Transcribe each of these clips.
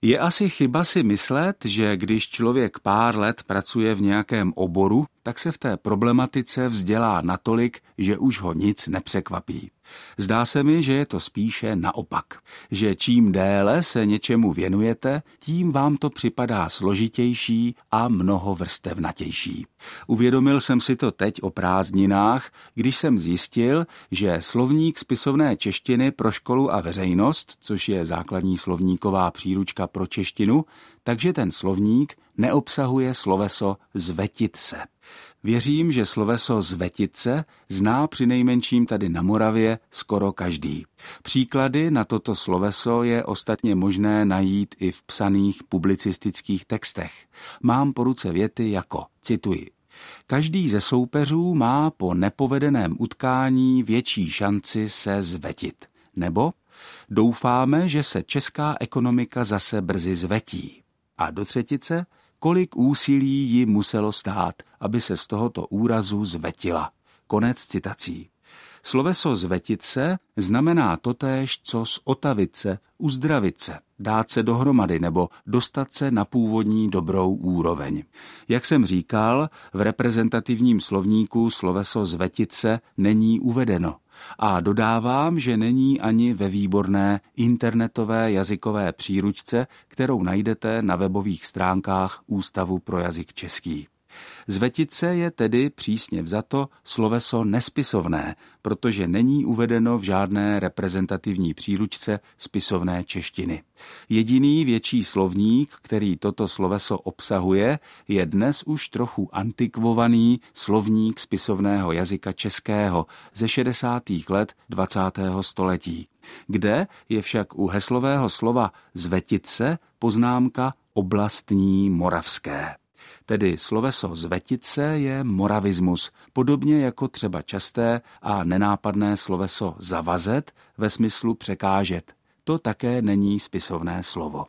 Je asi chyba si myslet, že když člověk pár let pracuje v nějakém oboru, tak se v té problematice vzdělá natolik, že už ho nic nepřekvapí. Zdá se mi, že je to spíše naopak, že čím déle se něčemu věnujete, tím vám to připadá složitější a mnohovrstevnatější. Uvědomil jsem si to teď o prázdninách, když jsem zjistil, že slovník spisovné češtiny pro školu a veřejnost, což je základní slovníková příručka pro češtinu, takže ten slovník neobsahuje sloveso zvetit se. Věřím, že sloveso zvetit se zná přinejmenším tady na Moravě skoro každý. Příklady na toto sloveso je ostatně možné najít i v psaných publicistických textech. Mám po ruce věty jako, cituji, každý ze soupeřů má po nepovedeném utkání větší šanci se zvetit. Nebo doufáme, že se česká ekonomika zase brzy zvetí. A do třetice, kolik úsilí jí muselo stát, aby se z tohoto úrazu zvetila. Konec citací. Sloveso zvetit se znamená totéž, co zotavit se, uzdravit se, dát se dohromady nebo dostat se na původní dobrou úroveň. Jak jsem říkal, v reprezentativním slovníku sloveso zvetit se není uvedeno. A dodávám, že není ani ve výborné internetové jazykové příručce, kterou najdete na webových stránkách Ústavu pro jazyk český. Zvetice je tedy přísně vzato sloveso nespisovné, protože není uvedeno v žádné reprezentativní příručce spisovné češtiny. Jediný větší slovník, který toto sloveso obsahuje, je dnes už trochu antikvovaný slovník spisovného jazyka českého ze 60. let 20. století, kde je však u heslového slova zvetice poznámka oblastní moravské. Tedy sloveso zvetice je moravismus, podobně jako třeba časté a nenápadné sloveso zavazet ve smyslu překážet. To také není spisovné slovo.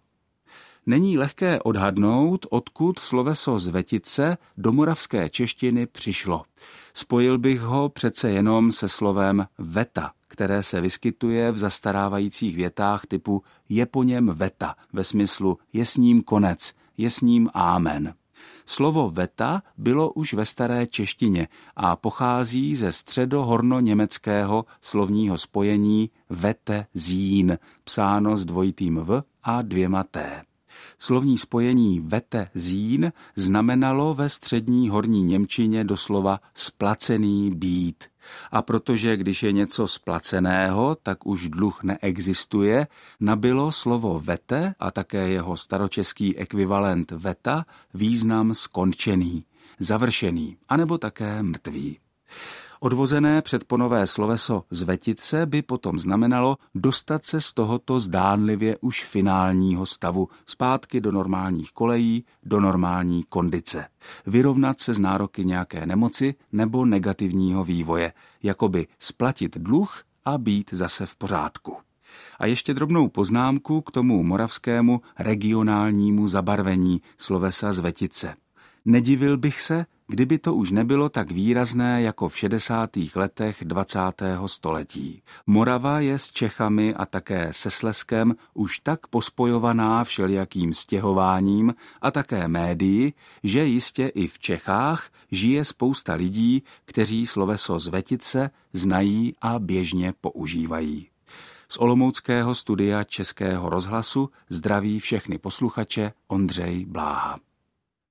Není lehké odhadnout, odkud sloveso zvetice do moravské češtiny přišlo. Spojil bych ho přece jenom se slovem veta, které se vyskytuje v zastarávajících větách typu je po něm veta, ve smyslu je s ním konec, je s ním ámen. Slovo veta bylo už ve staré češtině a pochází ze středohornoněmeckého slovního spojení vete zín, psáno s dvojitým v a dvěma t. Slovní spojení vete zín znamenalo ve střední horní němčině doslova splacený být. A protože když je něco splaceného, tak už dluh neexistuje, nabylo slovo vete a také jeho staročeský ekvivalent veta význam skončený, završený, anebo také mrtvý. Odvozené předponové sloveso zvetit se by potom znamenalo dostat se z tohoto zdánlivě už finálního stavu zpátky do normálních kolejí, do normální kondice. Vyrovnat se s nároky nějaké nemoci nebo negativního vývoje, jakoby splatit dluh a být zase v pořádku. A ještě drobnou poznámku k tomu moravskému regionálnímu zabarvení slovesa zvetit se. Nedivil bych se, kdyby to už nebylo tak výrazné jako v 60. letech 20. století. Morava je s Čechami a také se Slezskem už tak pospojovaná všelijakým stěhováním a také médii, že jistě i v Čechách žije spousta lidí, kteří sloveso zvetit se znají a běžně používají. Z olomouckého studia Českého rozhlasu zdraví všechny posluchače Ondřej Bláha.